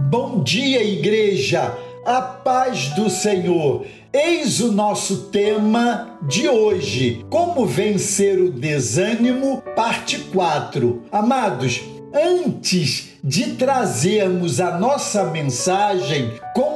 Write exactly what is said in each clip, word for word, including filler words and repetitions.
Bom dia, igreja! A paz do Senhor! Eis o nosso tema de hoje: Como vencer o desânimo, parte quatro. Amados, antes de trazermos a nossa mensagem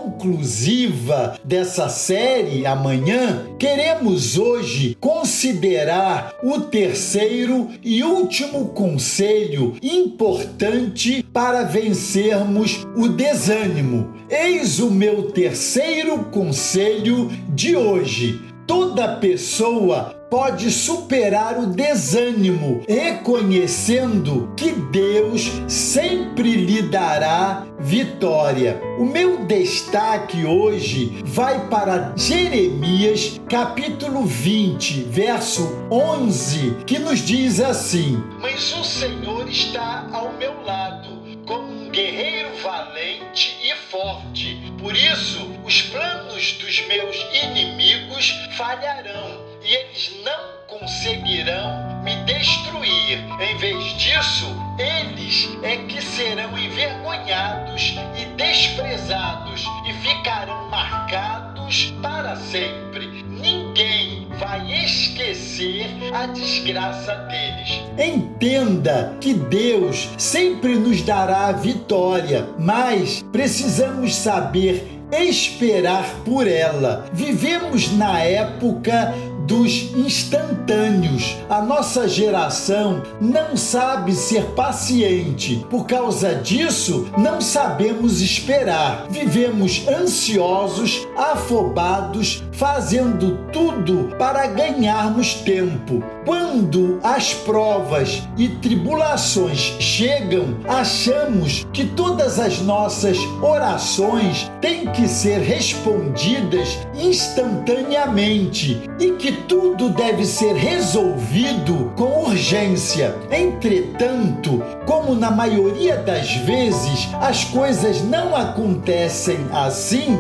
conclusiva dessa série amanhã, queremos hoje considerar o terceiro e último conselho importante para vencermos o desânimo. Eis o meu terceiro conselho de hoje. Toda pessoa pode superar o desânimo, reconhecendo que Deus sempre lhe dará vitória. O meu destaque hoje vai para Jeremias, capítulo vinte, verso onze, que nos diz assim: Mas o Senhor está ao meu lado, como um guerreiro valente e forte. Por isso, os planos dos meus inimigos falharão e eles não conseguirão me destruir. Em vez disso, eles é que serão envergonhados e desprezados e ficarão marcados para sempre. Ninguém vai esquecer a desgraça deles. Entenda que Deus sempre nos dará a vitória, mas precisamos saber esperar por ela. Vivemos na época dos instantâneos. A nossa geração não sabe ser paciente. Por causa disso, não sabemos esperar. Vivemos ansiosos, afobados, fazendo tudo para ganharmos tempo. Quando as provas e tribulações chegam, achamos que todas as nossas orações têm que ser respondidas instantaneamente e que tudo deve ser resolvido com urgência. Entretanto, como na maioria das vezes as coisas não acontecem assim,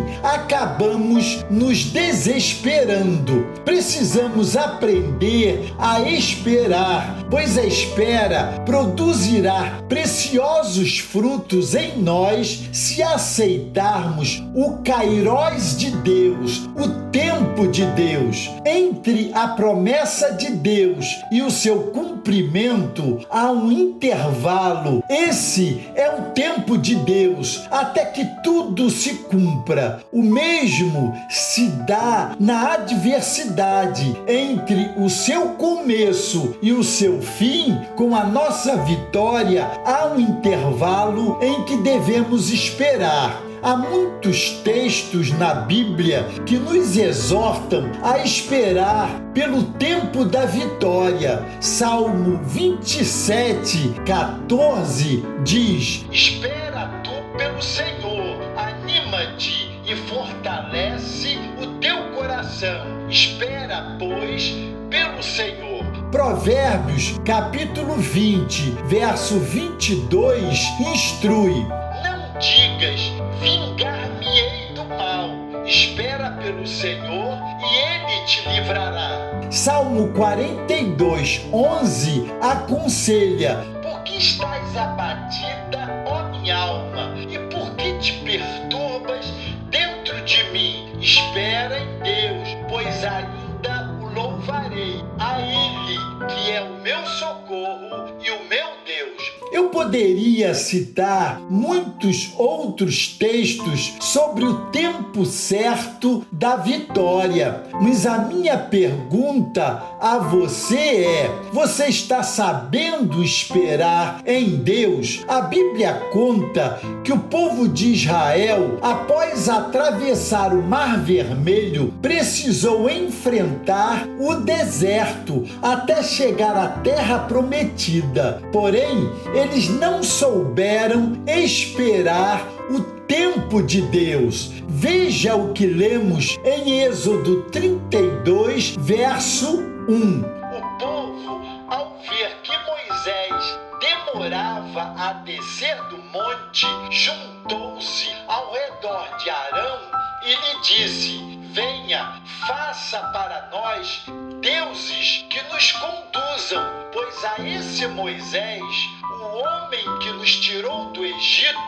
acabamos nos desesperando. Precisamos aprender a esperar, pois a espera produzirá preciosos frutos em nós se aceitarmos o kairós de Deus, o tempo de Deus. Entre a promessa de Deus e o seu cumprimento há um intervalo. Esse é o tempo de Deus, até que tudo se cumpra. O mesmo se dá na adversidade. Entre o seu começo e o seu fim, com a nossa vitória, há um intervalo em que devemos esperar. Há muitos textos na Bíblia que nos exortam a esperar pelo tempo da vitória. Salmo vinte e sete, quatorze diz: Espera tu pelo Senhor, anima-te e fortalece o teu coração. Espera, pois, pelo Senhor. Provérbios, capítulo vinte, verso vinte e dois, instrui: Não digas, vingar-me-ei do mal. Espera pelo Senhor e Ele te livrará. Salmo quarenta e dois, onze aconselha: Por que estás abatida, ó minha alma? E por que te perturbas dentro de mim? Espera em Deus, pois ainda o louvarei. A Ele, que é o meu socorro e o meu Deus. Eu poderia citar muitos outros textos sobre o tempo certo da vitória, mas a minha pergunta a você é: você está sabendo esperar em Deus? A Bíblia conta que o povo de Israel, após atravessar o Mar Vermelho, precisou enfrentar o deserto até chegar à Terra Prometida. Porém, eles não souberam esperar o tempo de Deus. Veja o que lemos em Êxodo trinta e dois, verso um. O povo, ao ver que Moisés demorava a descer do monte, juntou-se ao redor de Arão e lhe disse: Venha, faça para nós deuses que nos conduzam, pois a esse Moisés, o homem que nos tirou do Egito,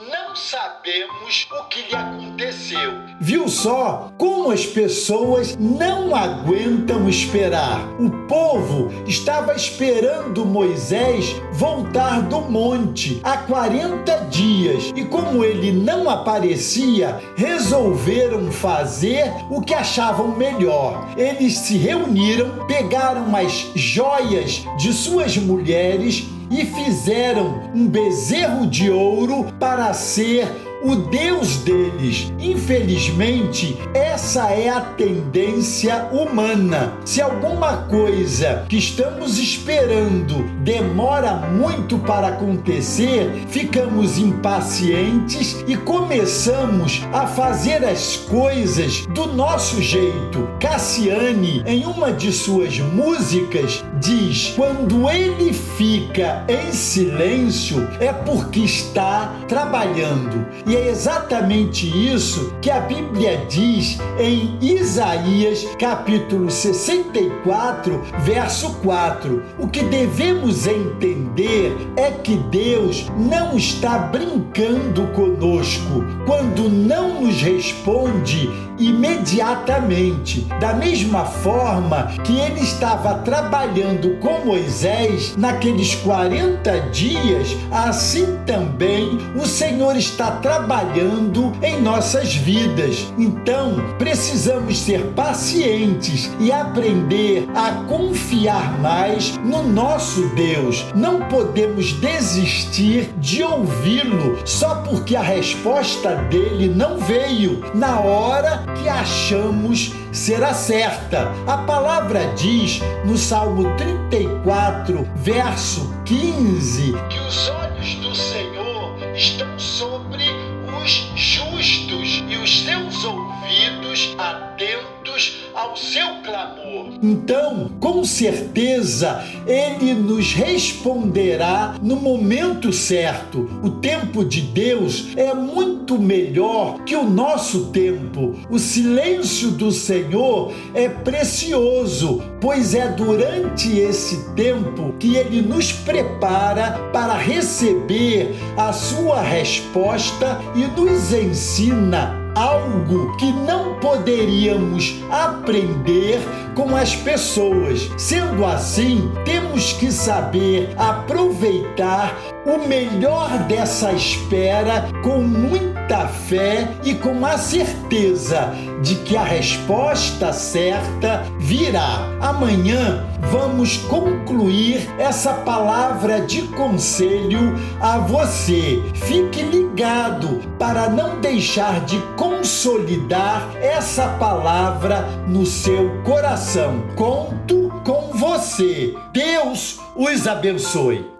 não sabemos o que lhe aconteceu. Viu só como as pessoas não aguentam esperar? O povo estava esperando Moisés voltar do monte há quarenta dias e, como ele não aparecia, resolveram fazer o que achavam melhor. Eles se reuniram, pegaram as joias de suas mulheres e fizeram um bezerro de ouro para ser o Deus deles. Infelizmente, essa é a tendência humana. Se alguma coisa que estamos esperando demora muito para acontecer, ficamos impacientes e começamos a fazer as coisas do nosso jeito. Cassiane, em uma de suas músicas, diz: quando ele fica em silêncio é porque está trabalhando. E é exatamente isso que a Bíblia diz em Isaías, capítulo sessenta e quatro, verso quatro. O que devemos entender é que Deus não está brincando conosco quando não nos responde imediatamente. Da mesma forma que ele estava trabalhando com Moisés naqueles quarenta dias, assim também o Senhor está trabalhando em nossas vidas. Então, precisamos ser pacientes e aprender a confiar mais no nosso Deus. Não podemos desistir de ouvi-lo só porque a resposta dele não veio na hora que achamos será certa. A palavra diz no Salmo trinta e quatro, verso quinze, que os olhos do Senhor estão sobre os justos e os seus ouvidos atentos ao seu clamor. Então, com certeza, ele nos responderá no momento certo. O tempo de Deus é muito melhor que o nosso tempo. O silêncio do Senhor é precioso, pois é durante esse tempo que ele nos prepara para receber a sua resposta e nos ensina algo que não poderíamos aprender com as pessoas. Sendo assim, temos que saber aproveitar o melhor dessa espera com muita fé e com a certeza de que a resposta certa virá. Amanhã vamos concluir essa palavra de conselho a você. Fique ligado para não deixar de consolidar essa palavra no seu coração. Conto com você. Deus os abençoe.